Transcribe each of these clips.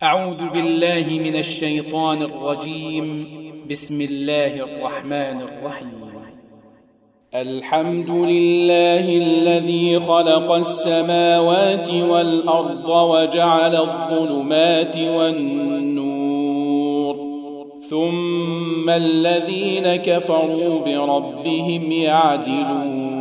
أعوذ بالله من الشيطان الرجيم. بسم الله الرحمن الرحيم. الحمد لله الذي خلق السماوات والأرض وجعل الظلمات والنور، ثم الذين كفروا بربهم يعدلون.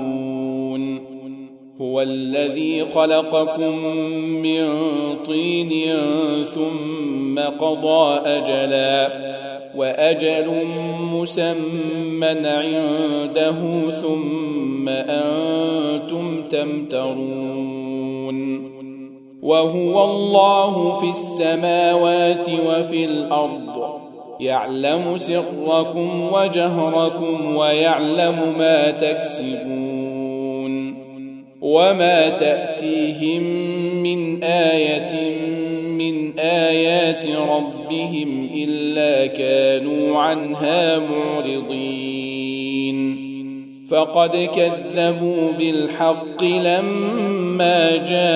هو الذي خلقكم من طين ثم قضى أجلا، وأجل مسمى عنده، ثم أنتم تمترون. وهو الله في السماوات وفي الأرض، يعلم سركم وجهركم ويعلم ما تكسبون. وما تأتيهم من آية من آيات ربهم إلا كانوا عنها معرضين. فقد كذبوا بالحق لما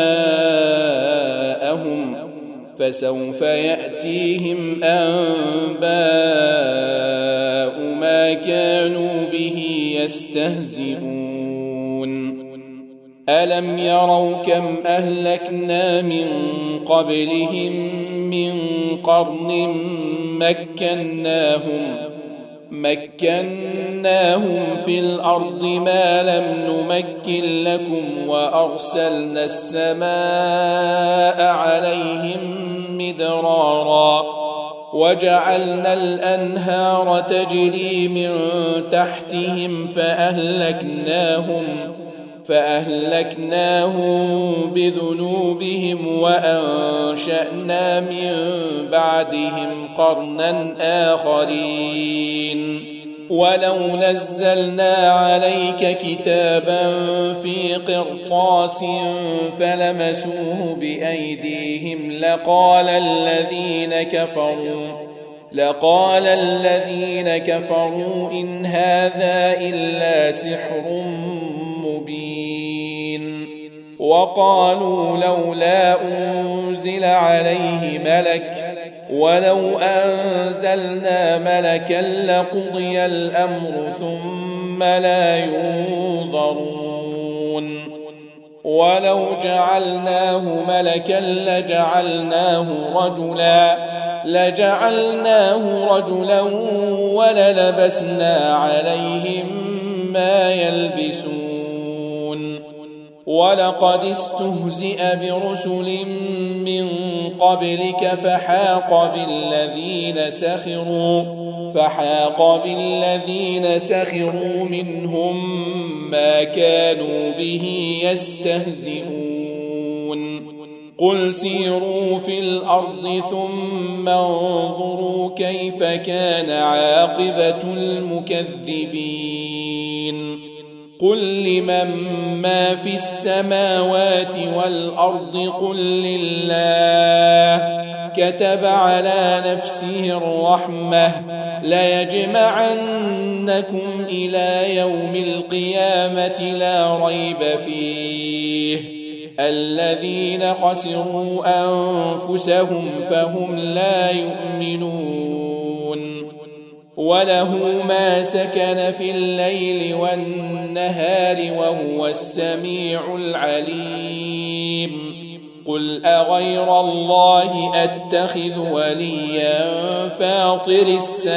جاءهم، فسوف يأتيهم أنباء ما كانوا به يستهزئون. ألم يروا كم أهلكنا من قبلهم من قرن مكناهم في الأرض ما لم نمكن لكم، وأرسلنا السماء عليهم مدرارا، وجعلنا الأنهار تجري من تحتهم فأهلكناهم بذنوبهم، وأنشأنا من بعدهم قرنا آخرين. ولو نزلنا عليك كتابا في قرطاس فلمسوه بأيديهم لقال الذين كفروا إن هذا إلا سحر مبين. وقالوا لولا أنزل عليه ملك، ولو أنزلنا ملكا لقضي الأمر ثم لا ينظرون. ولو جعلناه ملكا لجعلناه رجلا وللبسنا عليهم ما يلبسون. ولقد استهزئ برسل من قبلك فحاق بالذين سخروا منهم ما كانوا به يستهزئون. قل سيروا في الأرض ثم انظروا كيف كان عاقبة المكذبين. قل لمن ما في السماوات والأرض قل لله. كتب على نفسه الرحمة ليجمعنكم إلى يوم القيامة لا ريب فيه. الذين خسروا أنفسهم فهم لا يؤمنون. وله ما سكن في الليل والنهار وهو السميع العليم. قل أغير الله أتخذ وليا فاطر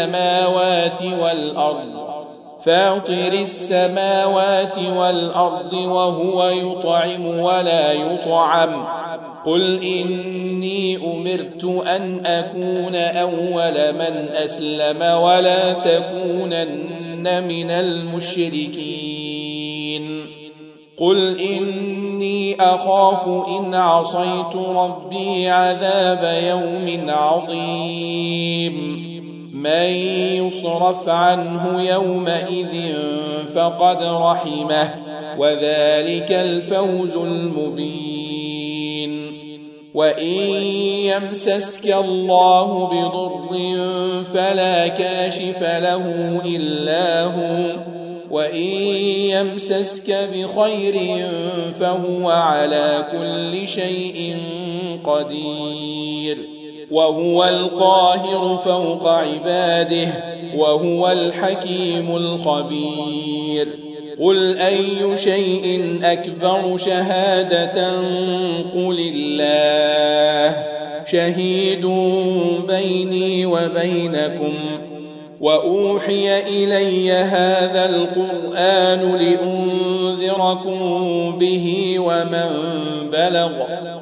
السماوات والأرض وهو يطعم ولا يطعم. قل إني أمرت أن أكون أول من أسلم ولا تكونن من المشركين. قل إني أخاف إن عصيت ربي عذاب يوم عظيم. من يصرف عنه يومئذ فقد رحمه، وذلك الفوز المبين. وإن يمسسك الله بضر فلا كاشف له إلا هو، وإن يمسسك بخير فهو على كل شيء قدير. وهو القاهر فوق عباده وهو الحكيم الخبير قل أي شيء أكبر شهادة قل الله شهيد بيني وبينكم وأوحي إلي هذا القرآن لأنذركم به ومن بلغ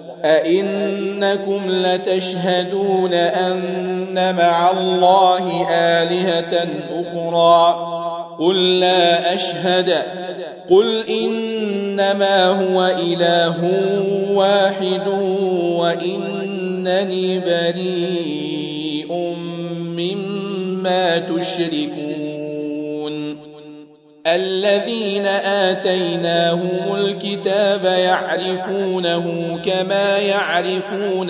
أئنكم لتشهدون أن مع الله آلهة أخرى قل لا أشهد قل إنما هو إله واحد وإنني بريء مما تشركون الذين آتيناهم الكتاب يعرفونه كما يعرفون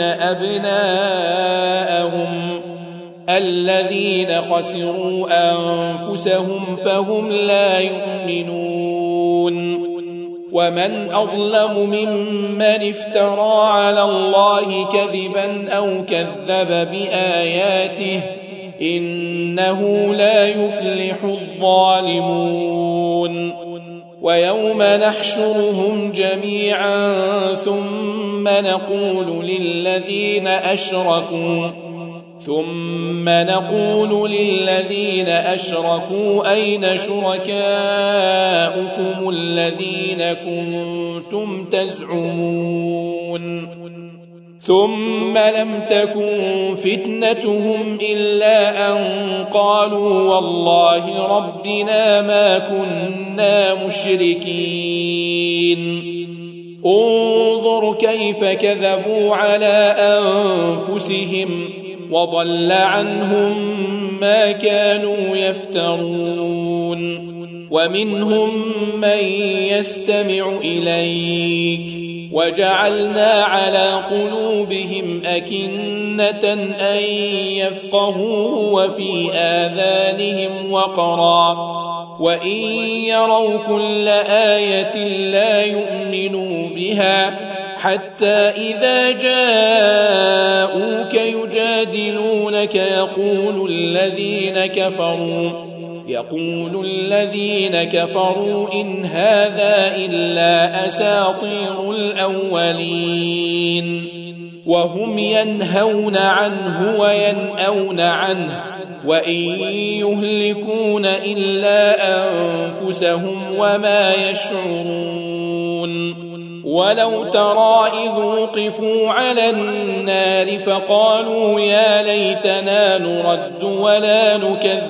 أبناءهم الذين خسروا أنفسهم فهم لا يؤمنون ومن أظلم ممن افترى على الله كذبا أو كذب بآياته إنه لا يفلح الظالمون ويوم نحشرهم جميعا ثم نقول للذين أشركوا أين شركاؤكم الذين كنتم تزعمون ثم لم تكن فتنتهم إلا أن قالوا والله ربنا ما كنا مشركين انظر كيف كذبوا على أنفسهم وضل عنهم ما كانوا يفترون ومنهم من يستمع إليك وجعلنا على قلوبهم أكنة أن يفقهوه وفي آذانهم وقرا وإن يروا كل آية لا يؤمنوا بها حتى إذا جاءوك يجادلونك يقول الذين كفروا إن هذا إلا أساطير الأولين وهم ينهون عنه وينأون عنه وإن يهلكون إلا أنفسهم وما يشعرون ولو ترى إذ وقفوا على النار فقالوا يا ليتنا نرد ولا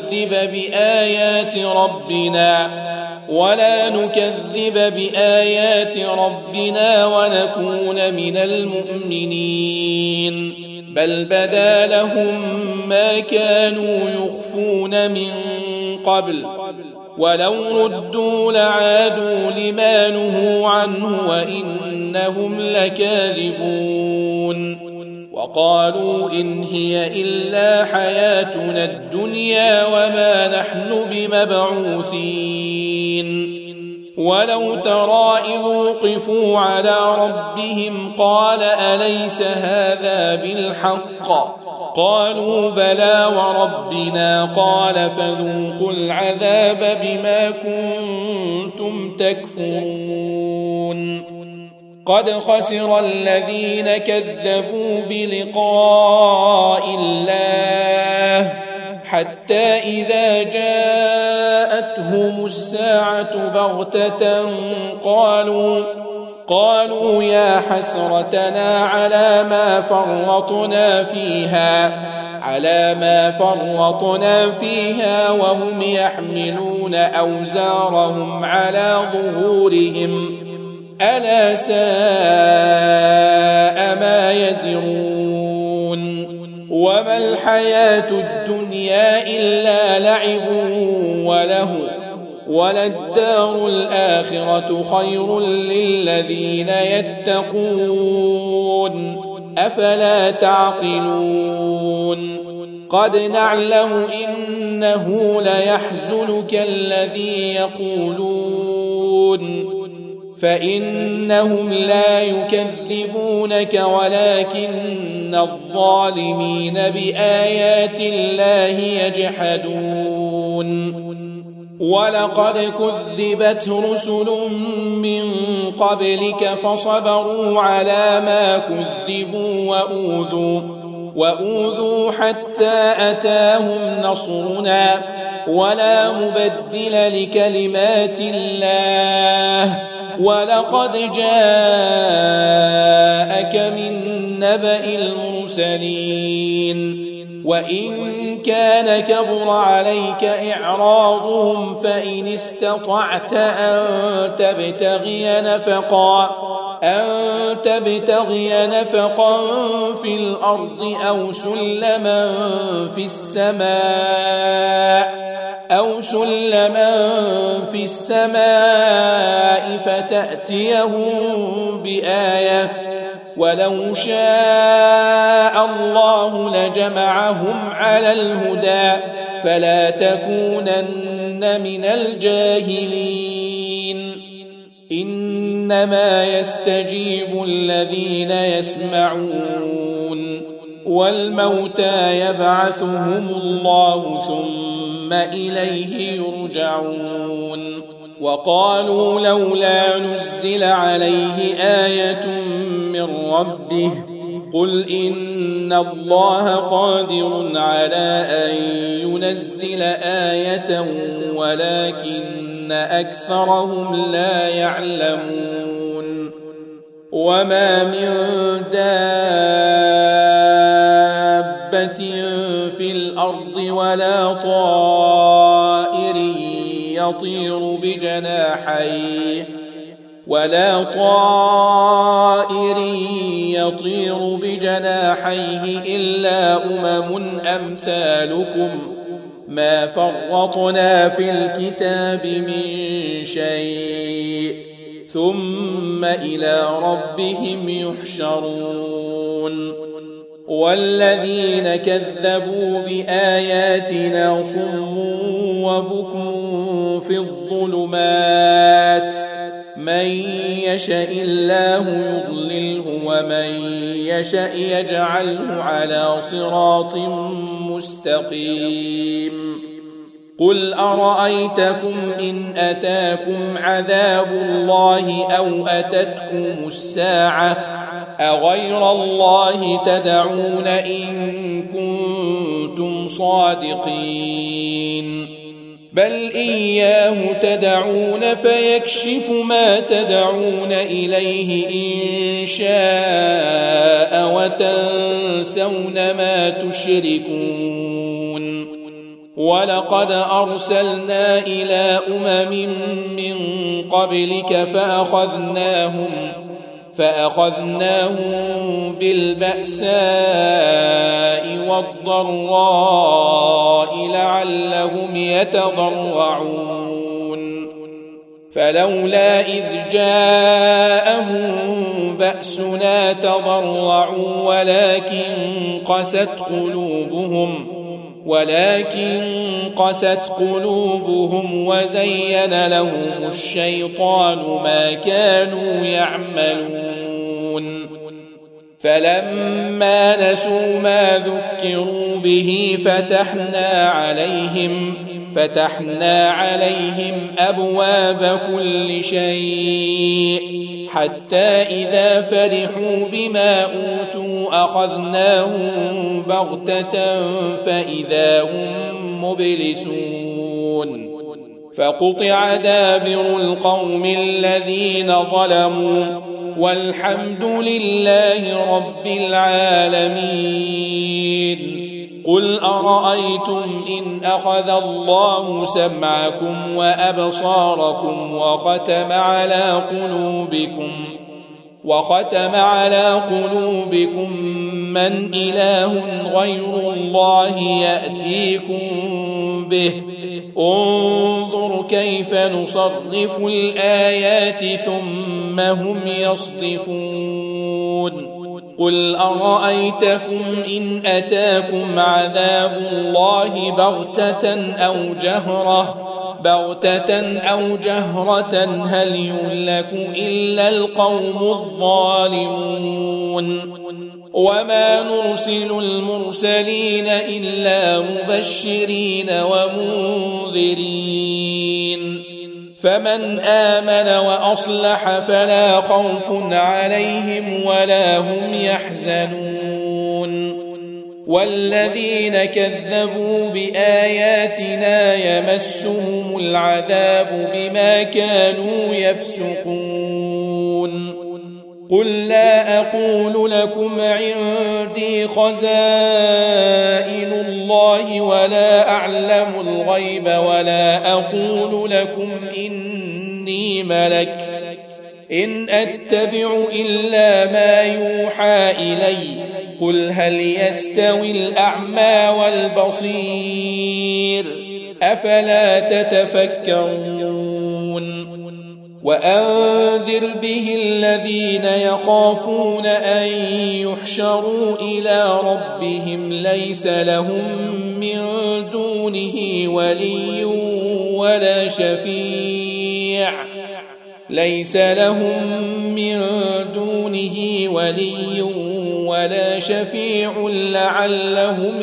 نكذب بآيات ربنا ونكون من المؤمنين بل بدا لهم ما كانوا يخفون من قبل ولو ردوا لعادوا لما نهوا عنه وإنهم لكاذبون وقالوا إن هي إلا حياتنا الدنيا وما نحن بمبعوثين ولو ترى إذ وقفوا على ربهم قال أليس هذا بالحق قالوا بلى وربنا قال فذوقوا العذاب بما كنتم تكفرون قد خسر الذين كذبوا بلقاء الله حتى إذا جاءتهم الساعة بغتة قالوا يا حسرتنا على ما فرطنا فيها وهم يحملون أوزارهم على ظهورهم ألا ساء ما يزرون وما الحياة الدنيا إلا لعب وله وللدار الآخرة خير للذين يتقون أفلا تعقلون قد نعلم إنه ليحزنك الذي يقولون فإنهم لا يكذبونك ولكن الظالمين بآيات الله يجحدون ولقد كذبت رسل من قبلك فصبروا على ما كذبوا وأوذوا حتى أتاهم نصرنا ولا مبدل لكلمات الله ولقد جاءك من نبأ المرسلين وإن كان كبر عليك إعراضهم فإن استطعت أن تبتغي نفقا في الأرض أو سلما في السماء فتأتيهم بآية ولو شاء الله لجمعهم على الهدى فلا تكونن من الجاهلين إنما يستجيب الذين يسمعون والموتى يبعثهم الله ثم إليه يرجعون وقالوا لولا نزل عليه آية من ربه قل إن الله قادر على أن ينزل آية ولكن أكثرهم لا يعلمون وما من دابة في الأرض ولا طائر يطير بجناحيه إلا أمثالكم ما فرطنا في الكتاب من شيء ثم إلى ربهم يحشرون والذين كذبوا بآياتنا صم وبكم في الظلمات من يشاء الله يضلله ومن يشاء يجعله على صراط مستقيم قل أرأيتكم إن أتاكم عذاب الله أو أتتكم الساعة أغير الله تدعون إن كنتم صادقين بل إياه تدعون فيكشف ما تدعون إليه إن شاء وتنسون ما تشركون ولقد أرسلنا إلى من قبلك فأخذناهم بالبأساء والضراء لعلهم يتضرعون فلولا إذ جاءهم بأسنا تضرعوا ولكن قست قلوبهم وزين لهم الشيطان ما كانوا يعملون فلما نسوا ما ذكروا به فتحنا عليهم أبواب كل شيء حتى إذا فرحوا بما أوتوا أخذناهم بغتة فإذا هم مبلسون فقطع دابر القوم الذين ظلموا والحمد لله رب العالمين قل أرأيتم إن أخذ الله سمعكم وأبصاركم وختم على قلوبكم من إله غير الله يأتيكم به انظر كيف نصرف الآيات ثم هم يصدفون قل أرأيتكم إن أتاكم عذاب الله بغتة بغتة أو جهرة هل يهلك إلا القوم الظالمون وما نرسل المرسلين إلا مبشرين ومنذرين فمن آمن وأصلح فلا خوف عليهم ولا هم يحزنون والذين كذبوا بآياتنا يمسهم العذاب بما كانوا يفسقون قل لا أقول لكم عندي خزائن الله ولا أعلم الغيب ولا أقول لكم إني ملك إن أتبع إلا ما يوحى إلي قل هل يستوي الأعمى والبصير أفلا تتفكرون وأنذر به الذين يخافون أن يحشروا إلى ربهم ليس لهم من دونه ولي ولا شفيع لعلهم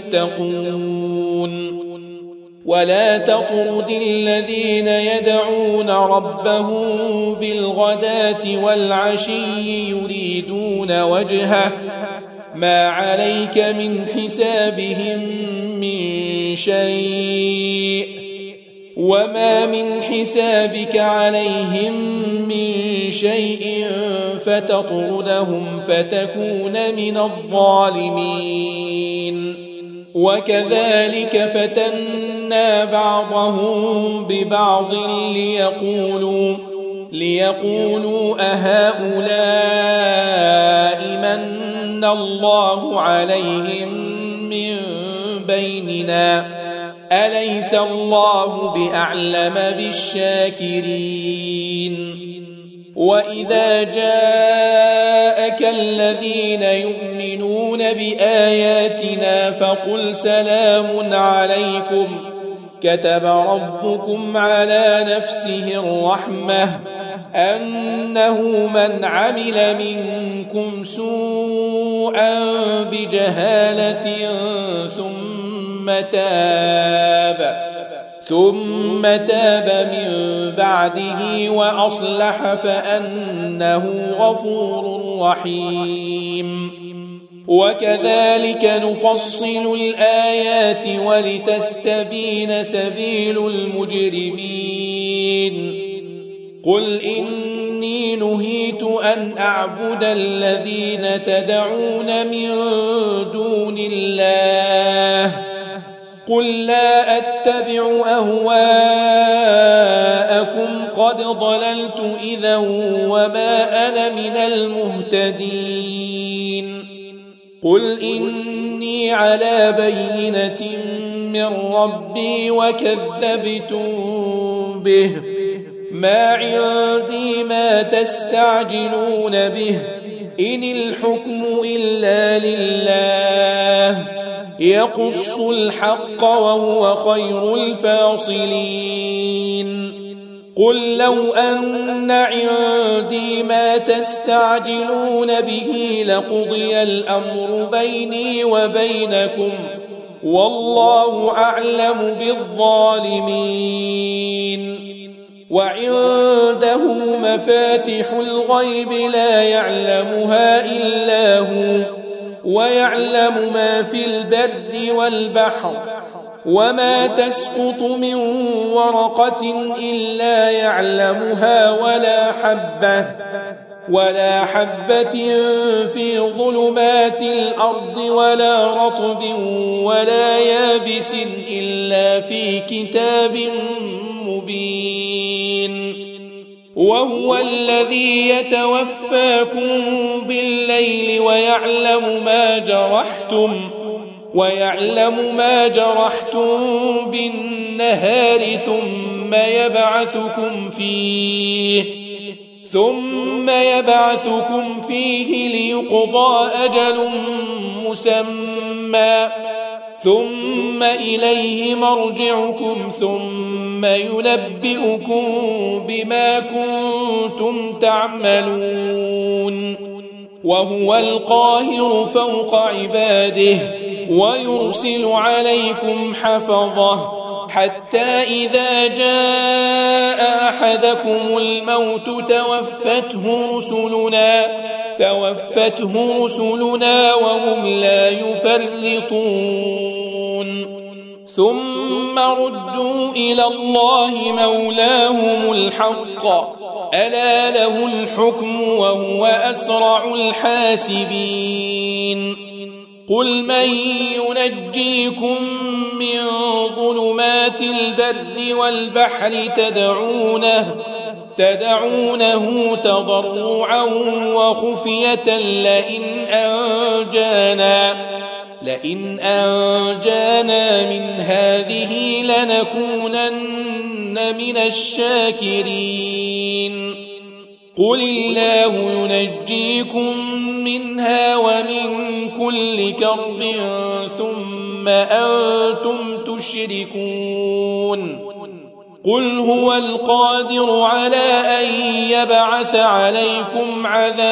يتقون ولا تطرد الذين يدعون ربهم بالغداة والعشي يريدون وجهه ما عليك من حسابهم من شيء وما من حسابك عليهم من شيء فتطردهم فتكون من الظالمين وكذلك فتنا بعضهم ببعض ليقولوا أهؤلاء من الله عليهم من بيننا أليس الله بأعلم بالشاكرين وإذا جاءك الذين يؤمنون بآياتنا فقل سلام عليكم كتب ربكم على نفسه الرحمة أنه من عمل منكم سوءا بجهالة ثم تاب من بعده وأصلح فأنه غفور رحيم وكذلك نفصل الآيات ولتستبين سبيل المجرمين قل إني نهيت أن أعبد الذين تدعون من دون الله قل لا أتبع أهواءكم قد ضللت إذا وما أنا من المهتدين قل إني على بينة من ربي وكذبتم به ما عندي ما تستعجلون به إن الحكم إلا لله يقص الحق وهو خير الفاصلين قل لو أن عندي ما تستعجلون به لقضي الأمر بيني وبينكم والله أعلم بالظالمين وعنده مفاتح الغيب لا يعلمها إلا هو ويعلم ما في البر والبحر وما تسقط من ورقة إلا يعلمها ولا حبة في ظلمات الأرض ولا رطب ولا يابس إلا في كتاب مبين وهو الذي يتوفاكم بالليل ويعلم ما جرحتم بالنهار ثم يبعثكم فيه ليقضى أجل مسمى ثم إليه مرجعكم ثم ثم ينبئكم بما كنتم تعملون وهو القاهر فوق عباده ويرسل عليكم حفظه حتى إذا جاء أحدكم الموت توفته رسلنا وهم لا يفرطون ثم ردوا إلى الله مولاهم الحق ألا له الحكم وهو أسرع الحاسبين قل من ينجيكم من ظلمات البر والبحر تدعونه تضرعا وخفية لئن أنجانا من هذه لنكونن من الشاكرين قل الله ينجيكم منها ومن كل كرب ثم أنتم تشركون قل هو القادر على أن يبعث عليكم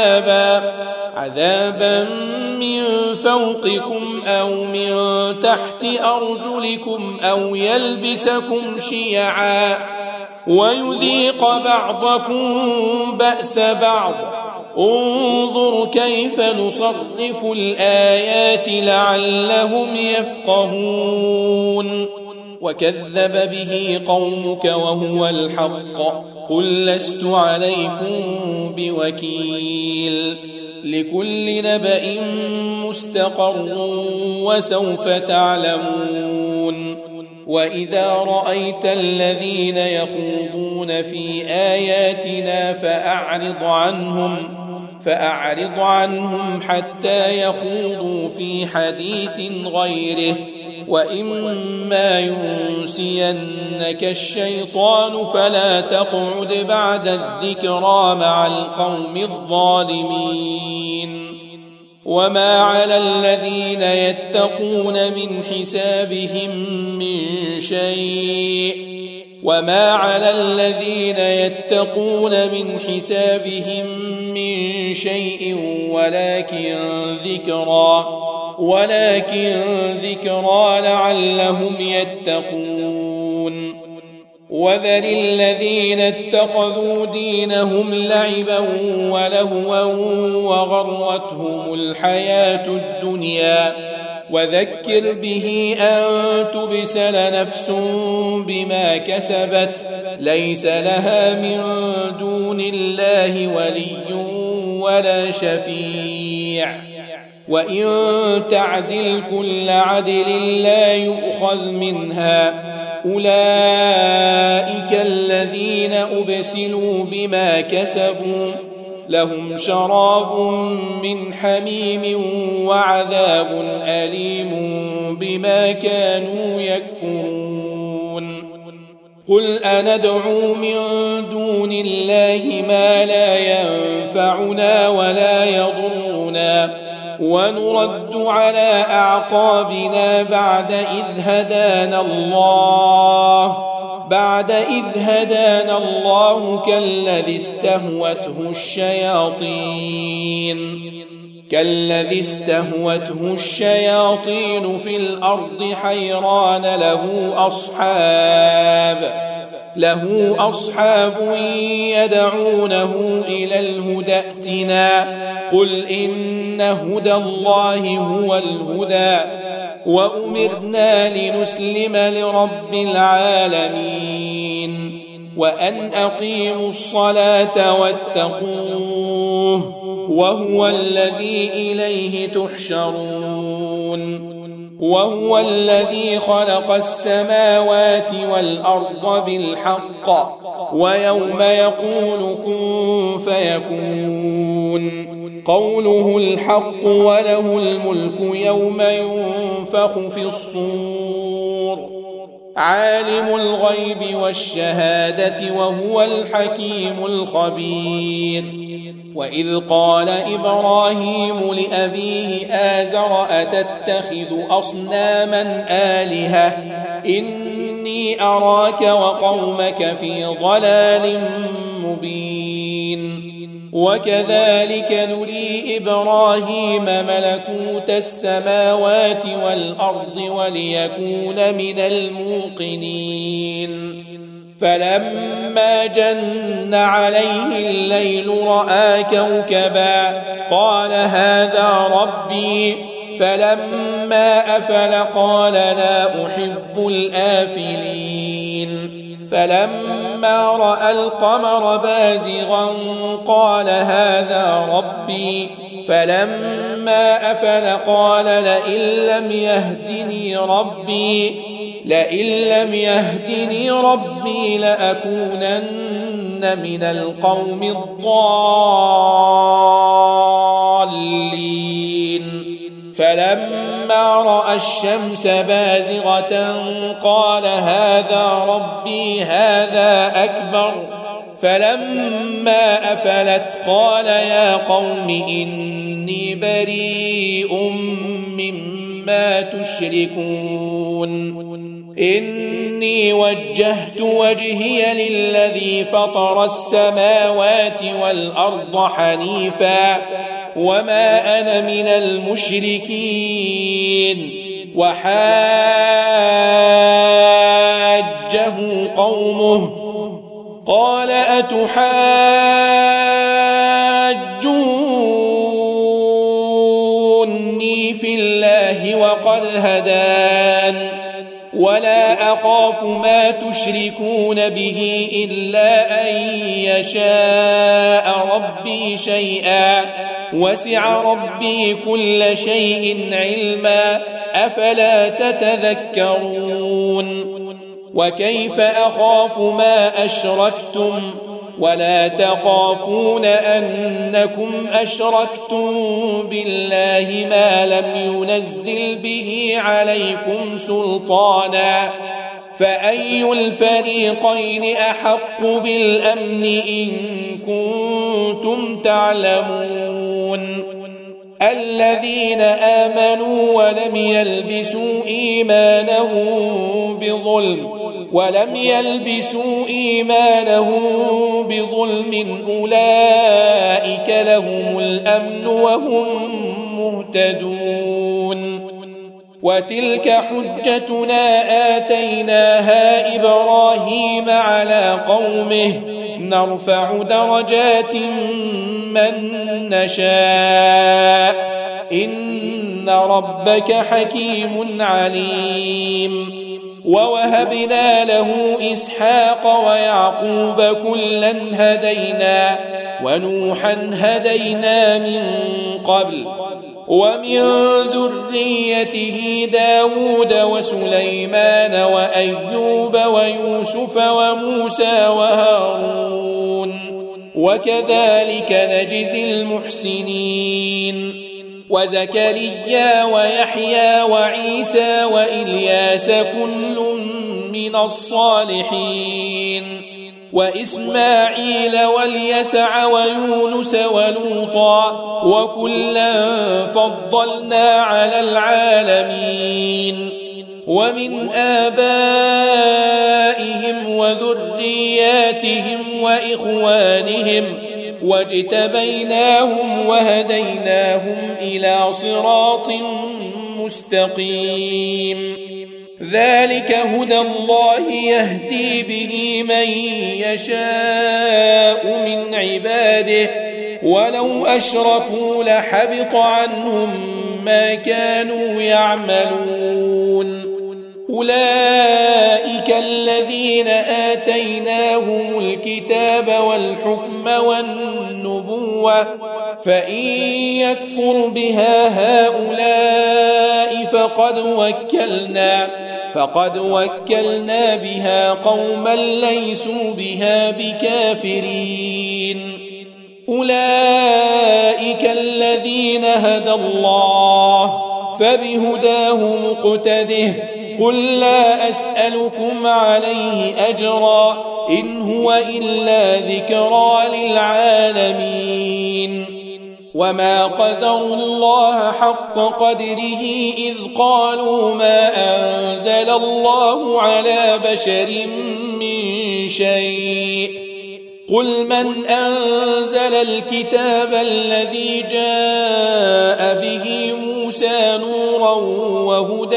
عذابا من فوقكم أو من تحت أرجلكم أو يلبسكم شيعا ويذيق بعضكم بأس بعض انظر كيف نصرف الآيات لعلهم يفقهون وكذب به قومك وهو الحق قل لست عليكم بوكيل لكل نبأ مستقر وسوف تعلمون وإذا رأيت الذين يخوضون في آياتنا فأعرض عنهم حتى يخوضوا في حديث غيره وإما ينسينك الشيطان فلا تقعد بعد الذكرى مع القوم الظالمين وما على الذين يتقون من حسابهم من شيء ولكن ذكرى لعلهم يتقون وذر الذين اتخذوا دينهم لعبا ولهوا وغرتهم الحياة الدنيا وذكر به أن تبسل نفس بما كسبت ليس لها من دون الله ولي ولا شفيع وإن تعدل كل عدل لا يؤخذ منها أولئك الذين أبسلوا بما كسبوا لهم شراب من حميم وعذاب أليم بما كانوا يكفرون قل أندعو من دون الله ما لا ينفعنا ولا يضرنا ونرد على أعقابنا بعد إذ هدانا الله كالذي استهوته الشياطين في الأرض حيران له أصحاب يدعونه إلى الهدى ائتنا قل إن هدى الله هو الهدى وأمرنا لنسلم لرب العالمين وأن أقيموا الصلاة واتقوه وهو الذي إليه تحشرون وهو الذي خلق السماوات والأرض بالحق ويوم يقول كن فيكون قوله الحق وله الملك يوم ينفخ في الصور عالم الغيب والشهادة وهو الحكيم الخبير وإذ قال إبراهيم لأبيه آزر أتتخذ أصناما آلهة إني إني أراك وقومك في ضلال مبين وكذلك نري إبراهيم ملكوت السماوات والأرض وليكون من الموقنين فلما جن عليه الليل رأى كوكبا قال هذا ربي فلما أفل قال لا أحب الآفلين فلما رأى القمر بازغا قال هذا ربي فلما أفل قال لئن لم يهدني ربي لأكونن من القوم الضالين فلما رأى الشمس بازغة قال هذا ربي هذا أكبر فلما أفلت قال يا قوم إني بريء مما تشركون إني وجهت وجهي للذي فطر السماوات والأرض حنيفا وما أنا من المشركين وحاجه قومه قال أتحاجوني في الله وقد هدان ولا أخاف ما تشركون به إلا أن يشاء ربي شيئا وسع ربي كل شيء علما أفلا تتذكرون وكيف أخاف ما أشركتم ولا تخافون أنكم أشركتم بالله ما لم ينزل به عليكم سلطانا فأي الفريقين أحق بالأمن إن كنتم تعلمون الذين آمنوا ولم يلبسوا إيمانهم بظلم أولئك لهم الأمن وهم مهتدون وتلك حجتنا آتيناها إبراهيم على قومه نرفع درجات من نشاء إن ربك حكيم عليم ووهبنا له إسحاق ويعقوب كلا هدينا ونوحا هدينا من قبل ومن ذريته داود وسليمان وأيوب ويوسف وموسى وهارون وكذلك نجزي المحسنين وزكريا ويحيى وعيسى وإلياس كل من الصالحين وإسماعيل واليسع ويونس ولوطا وكلا فضلنا على العالمين ومن آبائهم وذرياتهم وإخوانهم واجتبيناهم وهديناهم إلى صراط مستقيم ذلك هدى الله يهدي به من يشاء من عباده ولو أشركوا لحبط عنهم ما كانوا يعملون أولئك الذين آتيناهم الكتاب والحكم والنبوة فإن يكفر بها هؤلاء فقد وكلنا بها قوما ليسوا بها بكافرين أولئك الذين هدى الله فبهداه مقتده قل لا أسألكم عليه أجرا إن هو إلا ذكرى للعالمين وما قدروا الله حق قدره إذ قالوا ما أنزل أنزل الله على بشر من شيء قل من أنزل الكتاب الذي جاء به موسى نورا وهدى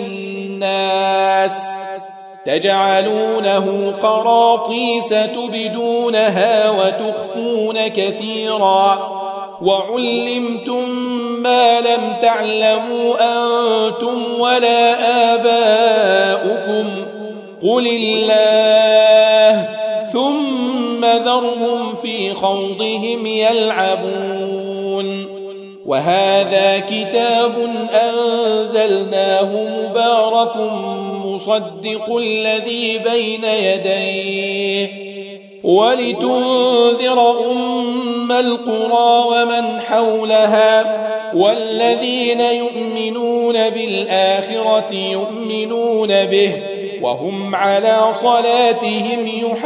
للناس تجعلونه قراطيس تبدونها وتخفون كثيرا وعلمتم ما لم تعلموا أنتم ولا آباؤكم قل الله ثم ذرهم في خوضهم يلعبون وهذا كتاب أنزلناه مبارك مصدق الذي بين يديه ولتنذر أم القرى ومن حولها والذين يؤمنون بالآخرة يؤمنون به وهم على صلاتهم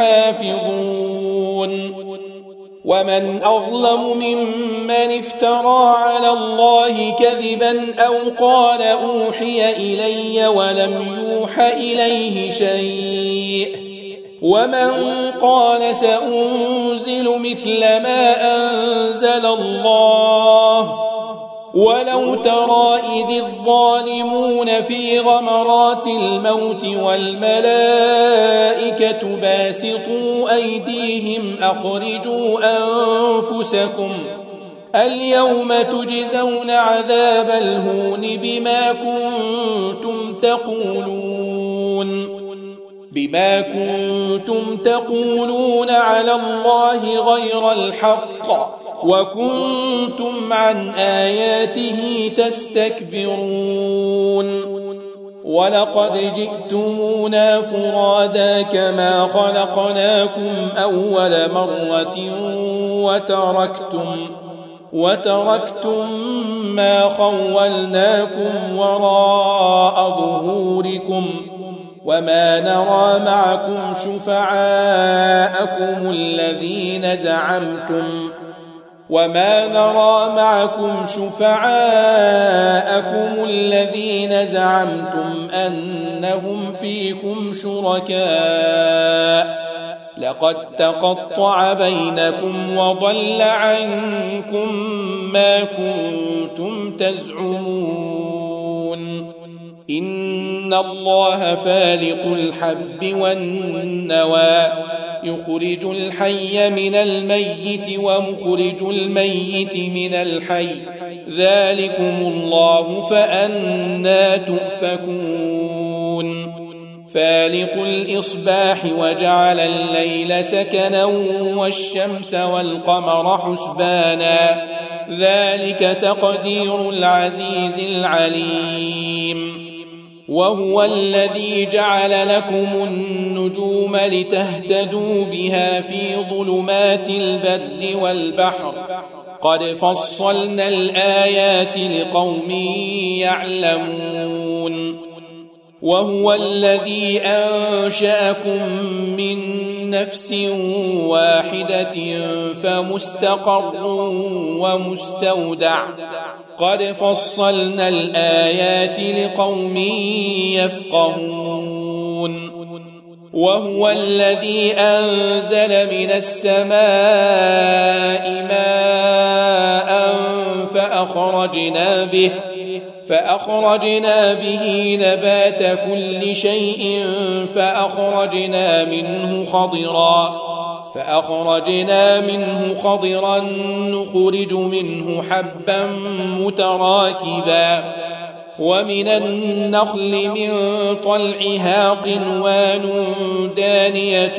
يحافظون ومن أظلم ممن افترى على الله كذبا أو قال أوحي إلي ولم يوح إليه شيء ومن قال سأنزل مثل ما أنزل الله ولو ترى إذ الظالمون في غمرات الموت والملائكة باسطوا أيديهم أخرجوا أنفسكم اليوم تجزون عذاب الهون بما كنتم تقولون على الله غير الحق وكنتم عن آياته تستكبرون ولقد جئتمونا فرادا كما خلقناكم أول مرة وتركتم ما خولناكم وراء ظهوركم وما نرى معكم شفعاءكم الذين زعمتم أنهم فيكم شركاء لقد تقطع بينكم وضل عنكم ما كنتم تزعمون إن الله فالق الحب والنوى يخرج الحي من الميت ومخرج الميت من الحي ذلكم الله فأنى تؤفكون فالق الإصباح وجعل الليل سكنا والشمس والقمر حسبانا ذلك تقدير العزيز العليم وهو الذي جعل لكم النجوم لتهتدوا بها في ظلمات البر والبحر قد فصلنا الآيات لقوم يعلمون وهو الذي أنشأكم من نفس واحدة فمستقر ومستودع قد فصلنا الآيات لقوم يفقهون وهو الذي أنزل من السماء ماء فأخرجنا به نبات كل شيء فأخرجنا منه خضرا نخرج منه حبا متراكبا ومن النخل من طلعها قنوان دانية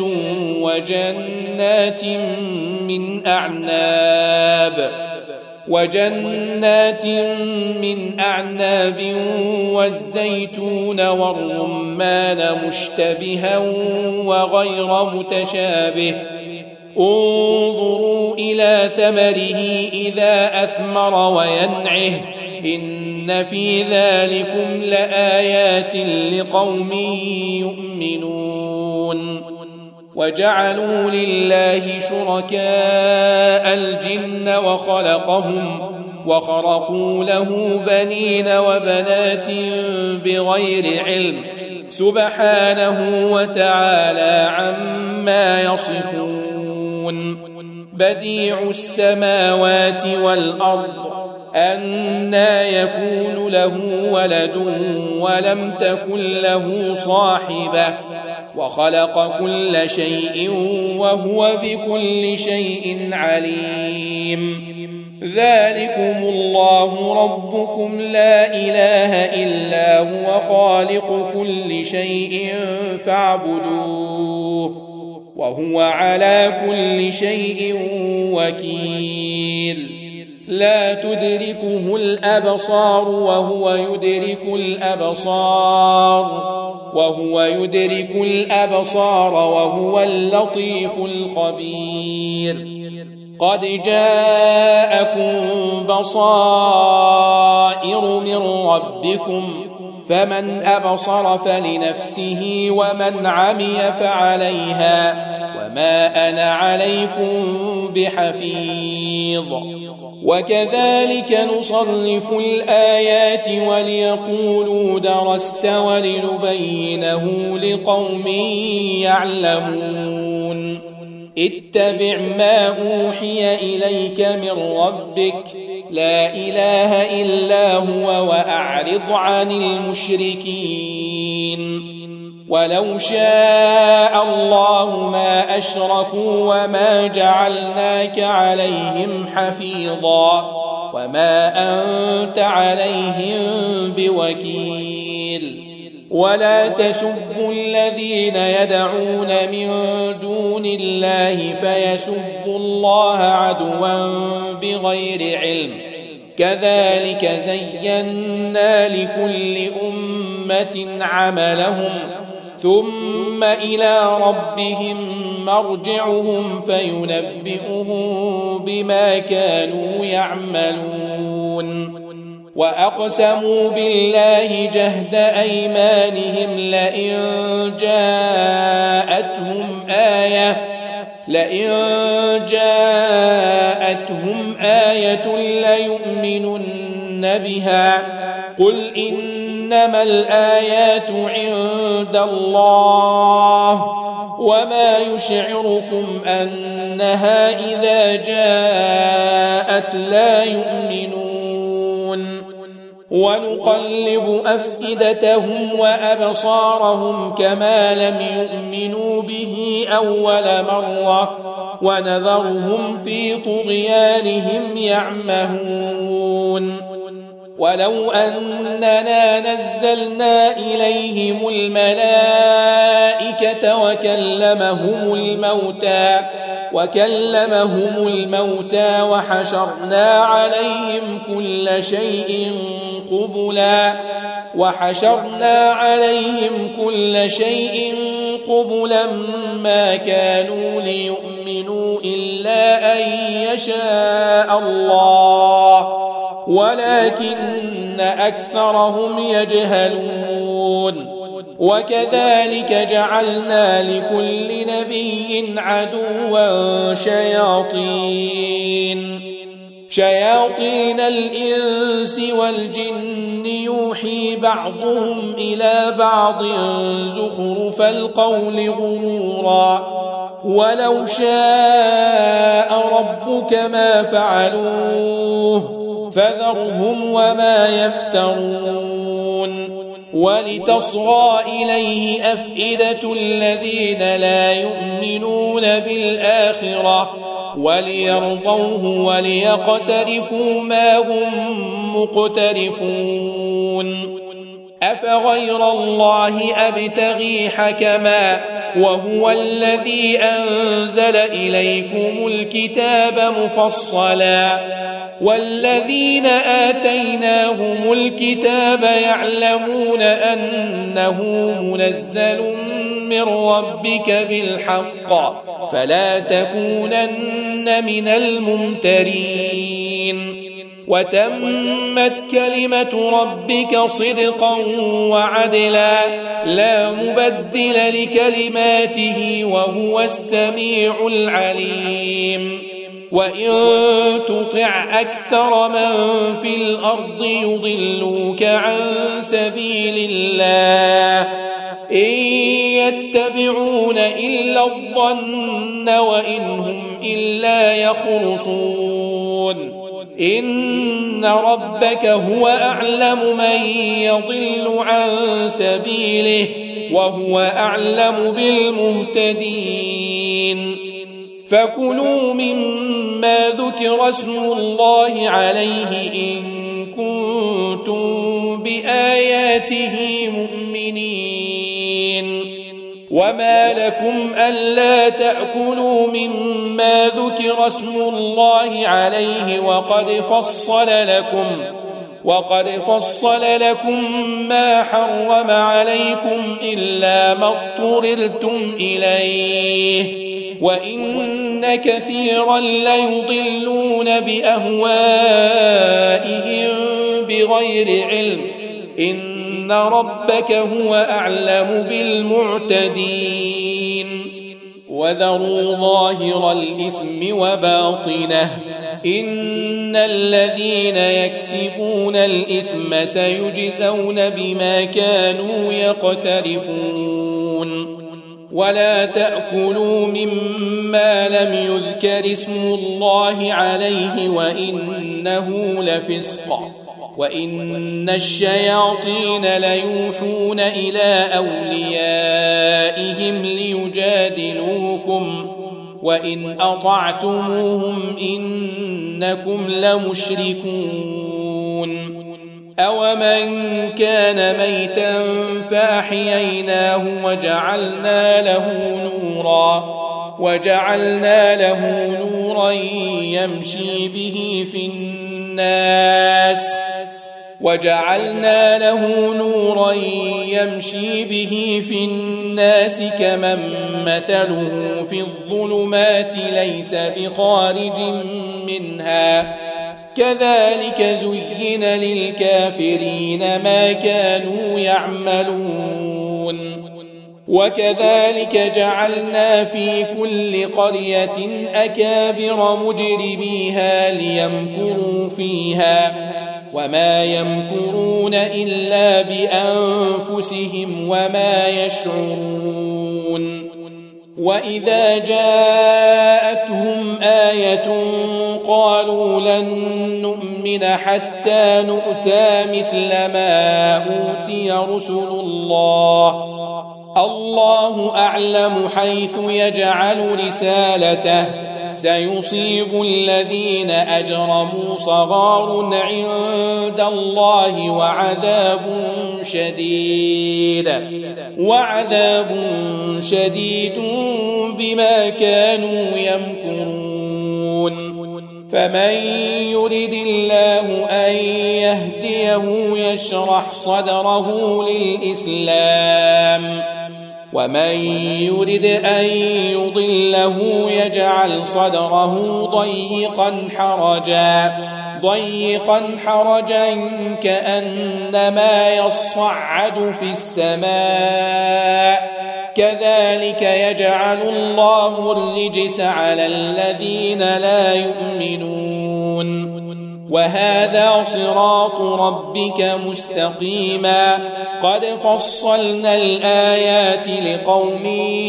وجنات من أعناب والزيتون والرمان مشتبها وغير متشابه انظروا إلى ثمره إذا أثمر وينعه إن في ذلكم لآيات لقوم يؤمنون وجعلوا لله شركاء الجن وخرقوا له بنين وبنات بغير علم سبحانه وتعالى عما يصفون. بديع السماوات والأرض أنى يكون له ولد ولم تكن له صاحبة وخلق كل شيء وهو بكل شيء عليم. ذلكم الله ربكم لا إله إلا هو خالق كل شيء فاعبدوه وهو على كل شيء وكيل. لا تدركه الأبصار وهو يدرك الأبصار وهو اللطيف الخبير. قد جاءكم بصائر من ربكم فمن أبصر فلنفسه ومن عمي فعليها وما أنا عليكم بحفيظ. وكذلك نصرف الآيات وليقولوا درست ولنبينه لقوم يعلمون. اتبع ما أوحي إليك من ربك لا إله إلا هو وأعرض عن المشركين. ولو شاء الله ما أشركوا وما جعلناك عليهم حفيظا وما أنت عليهم بوكيل. ولا تسبوا الذين يدعون من دون الله فيسبوا الله عدوا بغير علم. كذلك زينا لكل أمة عملهم ثم إلى ربهم مرجعهم فينبئهم بما كانوا يعملون. وأقسموا بالله جهد أيمانهم لئن جاءتهم آية ليؤمنن بها قل إنما الآيات عند الله وما يشعركم أنها إذا جاءت لا يؤمنون. ونقلب أفئدتهم وأبصارهم كما لم يؤمنوا به أول مرة ونذرهم في طغيانهم يعمهون. ولو أننا نزلنا إليهم الملائكة وكلمهم الموتى وحشرنا عليهم كل شيء قبلا ما كانوا ليؤمنوا إلا أن يشاء الله ولكن أكثرهم يجهلون. وكذلك جعلنا لكل نبي عدوا شياطين الإنس والجن يوحي بعضهم إلى بعض زخرف القول غرورا ولو شاء ربك ما فعلوه فذرهم وما يفترون. ولتصغى إليه أفئدة الذين لا يؤمنون بالآخرة وليرضوه وليقترفوا ما هم مقترفون. أفغير الله أبتغي حكما وهو الذي أنزل إليكم الكتاب مفصلا والذين آتيناهم الكتاب يعلمون أنه منزل من ربك بالحق فلا تكونن من الممترين. وتمت كلمة ربك صدقا وعدلا لا مبدل لكلماته وهو السميع العليم. وإن تطع أكثر من في الأرض يضلوك عن سبيل الله إن يتبعون إلا الظن وإن هم إلا يخرصون إن ربك هو أعلم من يضل عن سبيله وهو أعلم بالمهتدين فكلوا مما ذكر اسم الله عليه إن كنتم بآياته مؤمنين وما لكم ألا تأكلوا مما ذكر اسم الله عليه وقد فصل لكم ما حرم عليكم إلا ما اضطررتم إليه وإن كثيرا ليضلون بأهوائهم بغير علم إن ربك هو أعلم بالمعتدين وذروا ظاهر الإثم وباطنه إن الذين يكسبون الإثم سيجزون بما كانوا يقترفون ولا تأكلوا مما لم يذكر اسم الله عليه وإنه لفسق وإن الشياطين ليوحون إلى أوليائهم ليجادلوكم وإن أطعتموهم إنكم لمشركون أومن كان ميتا فأحييناه وجعلنا له نورا يمشي به في الناس كمن مثله في الظلمات ليس بخارج منها كذلك زين للكافرين ما كانوا يعملون وكذلك جعلنا في كل قرية أكابر مجرميها ليمكروا فيها وما يمكرون إلا بأنفسهم وما يشعرون وإذا جاءتهم آية قالوا لن نؤمن حتى نؤتى مثل ما أوتي رسل الله أعلم حيث يجعل رسالته سيصيب الذين أجرموا صغار عند الله وعذاب شديد بما كانوا يمكرون فمن يرد الله أن يهديه يشرح صدره للإسلام ومن يرد أن يضله يجعل صدره ضيقا حرجا كأنما يصعد في السماء كذلك يجعل الله الرجس على الذين لا يؤمنون وهذا صراط ربك مستقيما قد فصلنا الآيات لقوم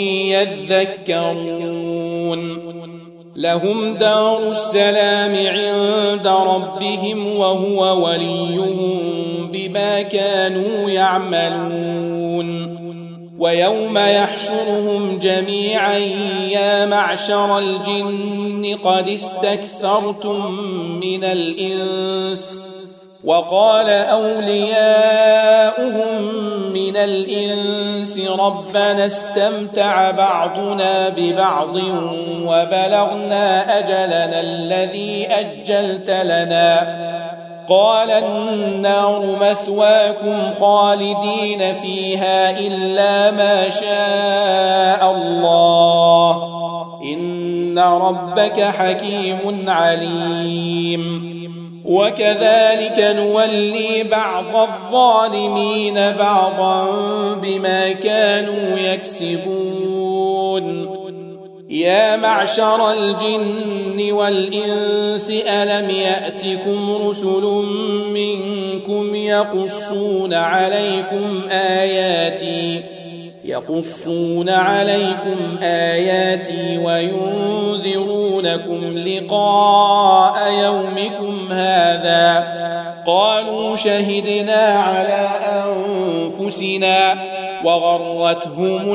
يذكرون لهم دار السلام عند ربهم وهو وليهم بما كانوا يعملون ويوم يحشرهم جميعا يا معشر الجن قد استكثرتم من الإنس وقال أولياؤهم من الإنس ربنا استمتع بعضنا ببعض وبلغنا أجلنا الذي أجلت لنا قال النار مثواكم خالدين فيها إلا ما شاء الله إن ربك حكيم عليم وكذلك نولي بعض الظالمين بعضا بما كانوا يكسبون يا معشر الجن والإنس ألم يأتكم رسل منكم يقصون عليكم يقصون عليكم آياتي وينذرونكم لقاء يومكم هذا قالوا شهدنا على أنفسنا وغرتهم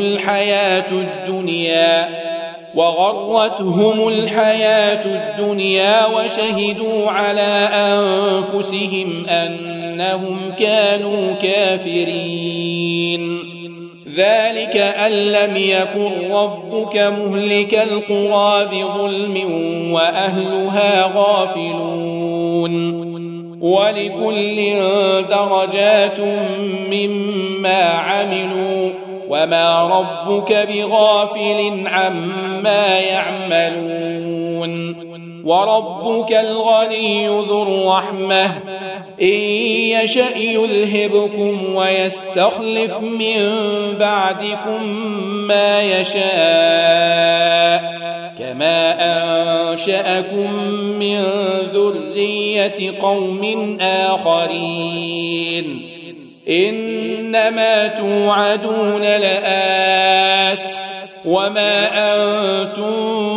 الحياة الدنيا وشهدوا على أنفسهم أنهم كانوا كافرين. ذلك أن لم يكن ربك مهلك القرى بظلم وأهلها غافلون. ولكل درجات مما عملوا وما ربك بغافل عما يعملون. وربك الغني ذو الرحمة إن يشأ يذهبكم ويستخلف من بعدكم ما يشاء كما أنشأكم من ذرية قوم آخرين. إنما توعدون لآت وما أنتم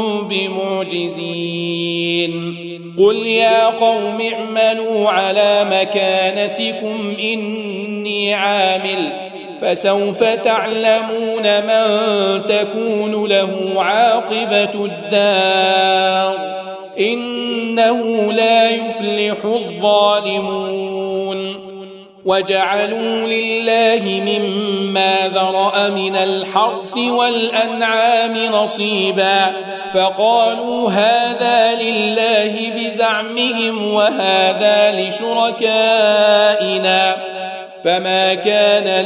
بمعجزين. قل يا قوم اعملوا على مكانتكم إني عامل فسوف تعلمون من تكون له عاقبة الدار إنه لا يفلح الظالمون. وجعلوا لله مما ذرأ من الحرث والأنعام نصيبا فقالوا هذا لله بزعمهم وهذا لشركائنا فما كان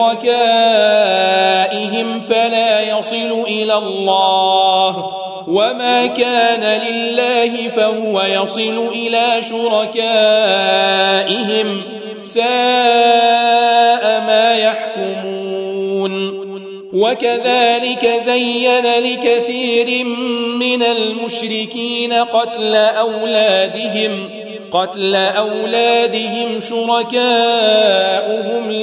لشركائهم فلا يصل إلى الله وما كان لله فهو يصل إلى شركائهم ساء ما يحكمون. وكذلك زين لكثير من المشركين قتل أولادهم شركاؤهم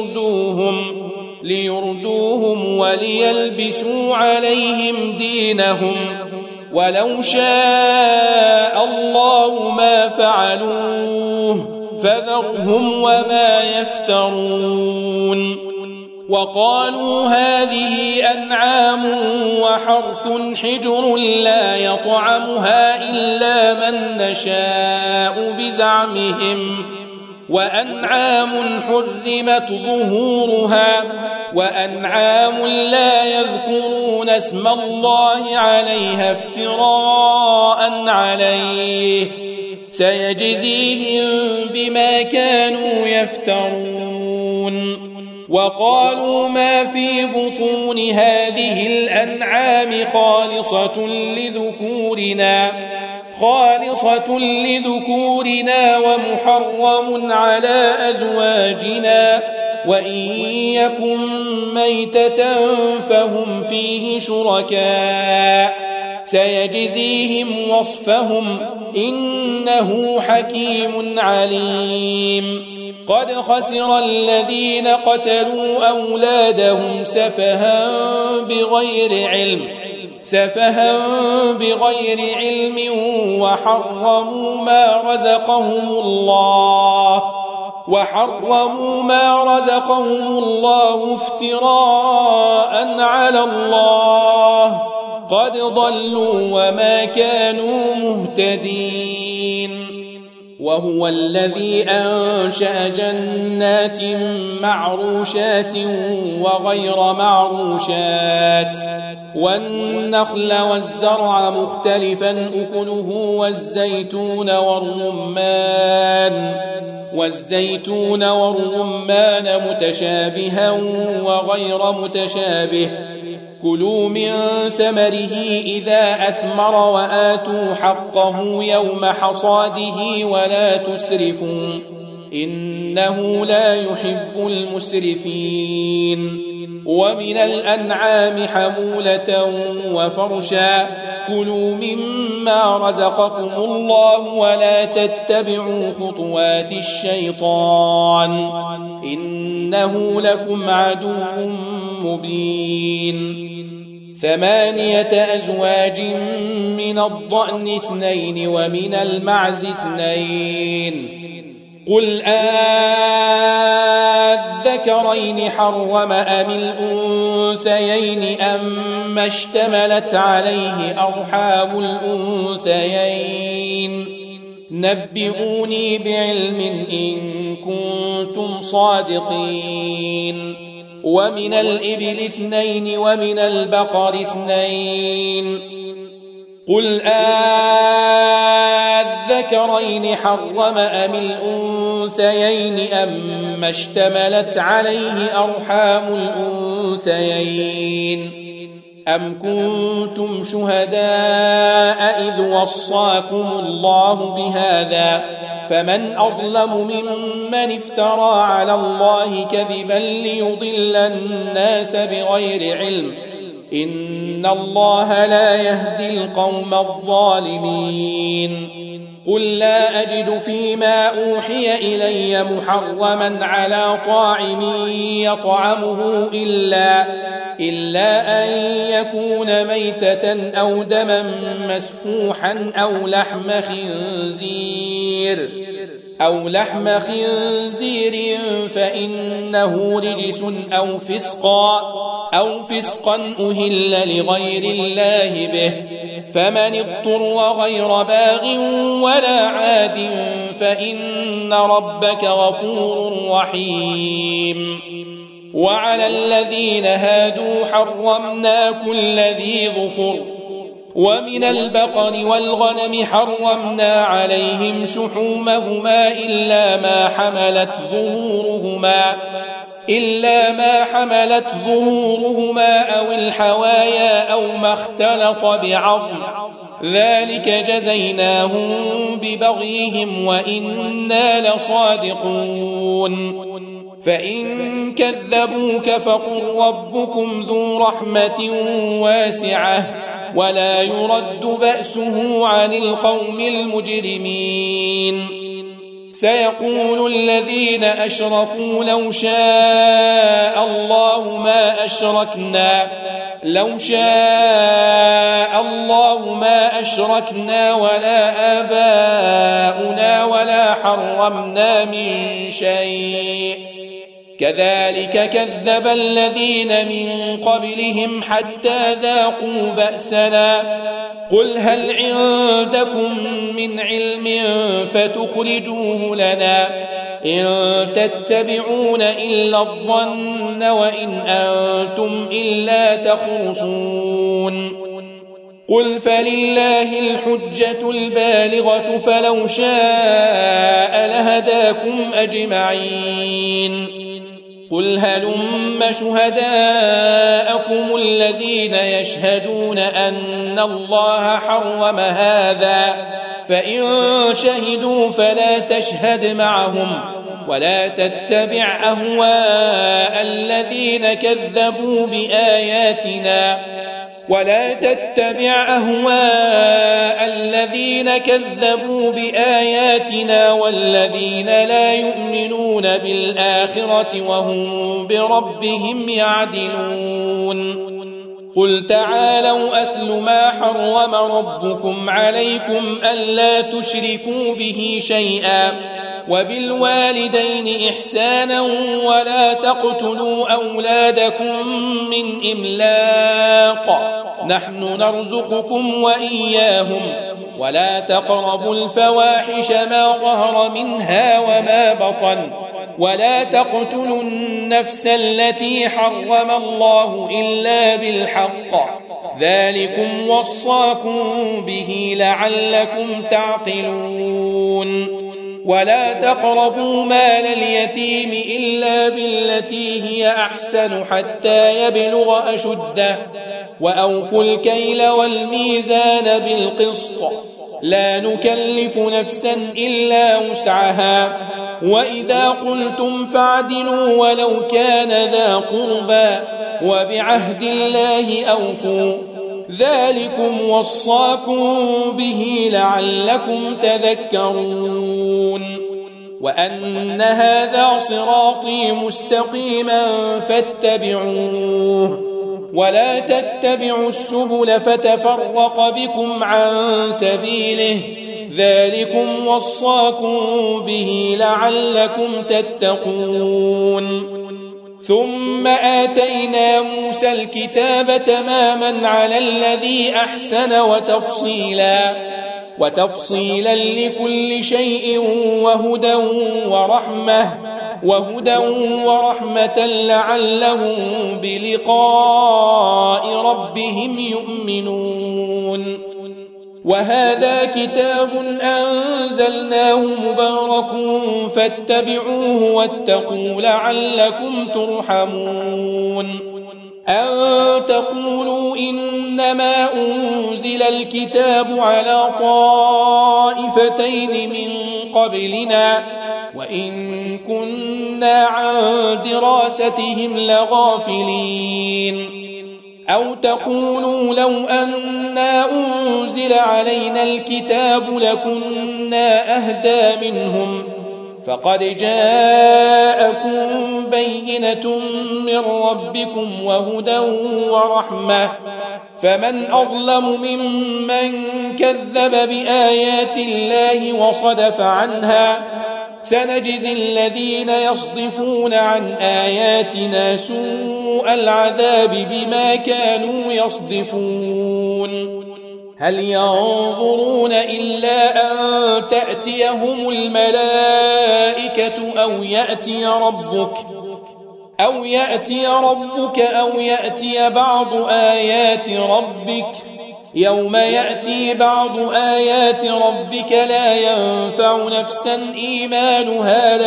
ليردوهم وليلبسوا عليهم دينهم ولو شاء الله ما فعلوه فذرهم وما يفترون. وقالوا هذه أنعام وحرث حجر لا يطعمها إلا من نشاء بزعمهم وأنعام حرمت ظهورها وأنعام لا يذكرون اسم الله عليها افتراء عليه سيجزيهم بما كانوا يفترون. وقالوا ما في بطون هذه الأنعام خالصة لذكورنا ومحرم على أزواجنا وإن يكن ميتة فهم فيه شركاء سيجزيهم وصفهم إنه حكيم عليم. قد خسر الذين قتلوا أولادهم سفها بغير علم وحرموا ما رزقهم الله افتراء على الله قد ضلوا وما كانوا مهتدين. وهو الذي أنشأ جنات معروشات وغير معروشات والنخل والزرع مختلفا أكله والزيتون والرمان متشابها وغير متشابه كلوا من ثمره إذا أثمر وآتوا حقه يوم حصاده ولا تسرفوا إنه لا يحب المسرفين. ومن الأنعام حمولة وفرشا كلوا مما رزقكم الله ولا تتبعوا خطوات الشيطان إنه لكم عدو مبين 8 أزواج من الضأن 2 ومن المعز 2 قل أذكرين حرم أم الأنثيين أما اشتملت عليه أرحام الأنثيين نبئوني بعلم إن كنتم صادقين ومن الإبل 2 ومن البقر 2 قل أذكرين حرم أم الأنثيين أما اشتملت عليه أرحام الأنثيين أم كنتم شهداء إذ وصاكم الله بهذا فمن أظلم ممن افترى على الله كذبا ليضل الناس بغير علم إن الله لا يهدي القوم الظالمين قل لا أجد فيما أوحي إلي محرما على طاعم يطعمه إلا أن يكون ميتة أو دما مسفوحا أو لحم خنزير فإنه رجس أو فسقا أهل لغير الله به فمن اضطر غير باغ ولا عاد فإن ربك غفور رحيم وعلى الذين هادوا حرمنا كل ذي ظفر ومن البقر والغنم حرمنا عليهم شحومهما إلا ما حملت ظهورهما أو الحوايا أو ما اختلط بعظم ذلك جزيناهم ببغيهم وإنا لصادقون فإن كذبوك فقل ربكم ذو رحمة واسعة ولا يرد بأسه عن القوم المجرمين سيقول الذين أشركوا لو شاء الله ما أشركنا ولا آباؤنا ولا حرمنا من شيء كذلك كذب الذين من قبلهم حتى ذاقوا بأسنا قل هل عندكم من علم فتخرجوه لنا إن تتبعون إلا الظن وإن أنتم إلا تخرصون قل فلله الحجة البالغة فلو شاء لهداكم أجمعين قل هلم شهداءكم الذين يشهدون أن الله حرم هذا فإن شهدوا فلا تشهد معهم ولا تتبع أهواء الذين كذبوا بآياتنا والذين لا يؤمنون بالآخرة وهم بربهم يعدلون قل تعالوا أتل ما حرم ربكم عليكم ألا تشركوا به شيئا وبالوالدين إحسانا ولا تقتلوا أولادكم من إملاق نحن نرزقكم وإياهم ولا تقربوا الفواحش ما ظهر منها وما بطن ولا تقتلوا النفس التي حرم الله إلا بالحق ذلكم وصاكم به لعلكم تعقلون ولا تقربوا مال اليتيم إلا بالتي هي أحسن حتى يبلغ أشده وأوفوا الكيل والميزان بالقسط لا نكلف نفسا إلا وسعها وإذا قلتم فاعدلوا ولو كان ذا قربى وبعهد الله أوفوا ذلكم وصاكم به لعلكم تذكرون وأن هذا صراطي مستقيما فاتبعوه ولا تتبعوا السبل فتفرق بكم عن سبيله ذلكم وصاكم به لعلكم تتقون ثم آتينا موسى الكتاب تماما على الذي أحسن وتفصيلا لكل شيء وهدى ورحمة لعلهم بلقاء ربهم يؤمنون وهذا كتاب أنزلناه مبارك فاتبعوه واتقوا لعلكم ترحمون أن تقولوا إنما أنزل الكتاب على طائفتين من قبلنا وإن كنا عن دراستهم لغافلين أو تقولوا لو أنا أنزل علينا الكتاب لكنا أهدى منهم فقد جاءكم بينة من ربكم وهدى ورحمة فمن أظلم ممن كذب بآيات الله وصدف عنها سنجزي الذين يصدفون عن آياتنا سوء العذاب بما كانوا يصدفون هل ينظرون إلا أن تأتيهم الملائكة أو يأتي ربك أو يأتي بعض آيات ربك يوم يأتي بعض آيات ربك لا ينفع نفسا إيمانها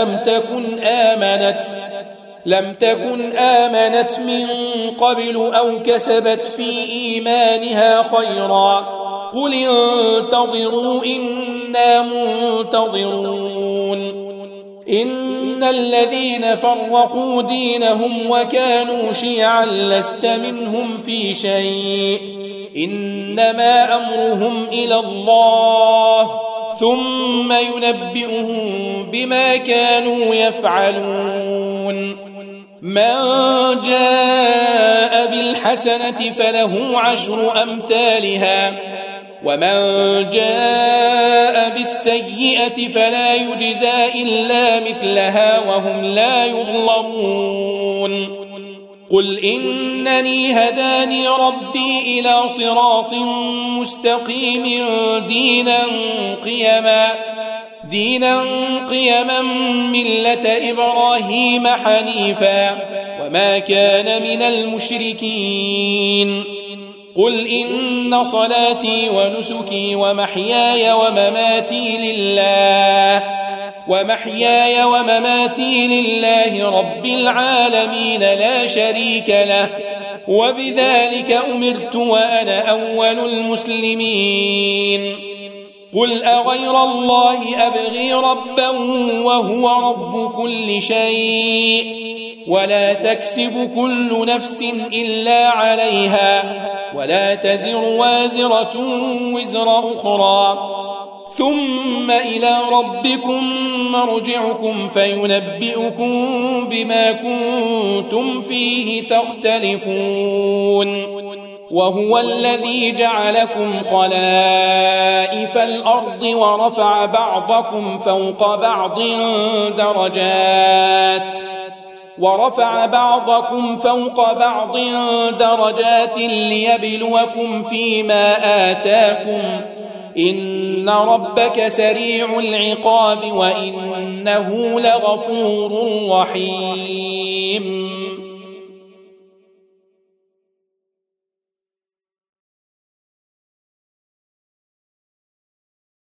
لم تكن آمنت من قبل أو كسبت في إيمانها خيرا قل انتظروا إنا منتظرون إن الذين فرقوا دينهم وكانوا شيعا لست منهم في شيء إنما أمرهم إلى الله ثم ينبئهم بما كانوا يفعلون من جاء بالحسنة فله 10 أمثالها ومن جاء بالسيئة فلا يجزى إلا مثلها وهم لا يظلمون قل إنني هداني ربي إلى صراط مستقيم دينا قيما ملة إبراهيم حنيفا وما كان من المشركين قل إن صلاتي ونسكي ومحياي ومماتي لله رب العالمين لا شريك له وبذلك أمرت وأنا أول المسلمين قل أغير الله أبغي ربا وهو رب كل شيء ولا تكسب كل نفس إلا عليها ولا تزر وازرة وزر أخرى ثم إلى ربكم مرجعكم فينبئكم بما كنتم فيه تختلفون وهو الذي جعلكم خلائف الأرض ورفع بعضكم فوق بعض درجات ليبلوكم فيما آتاكم إن ربك سريع العقاب وإنه لغفور رحيم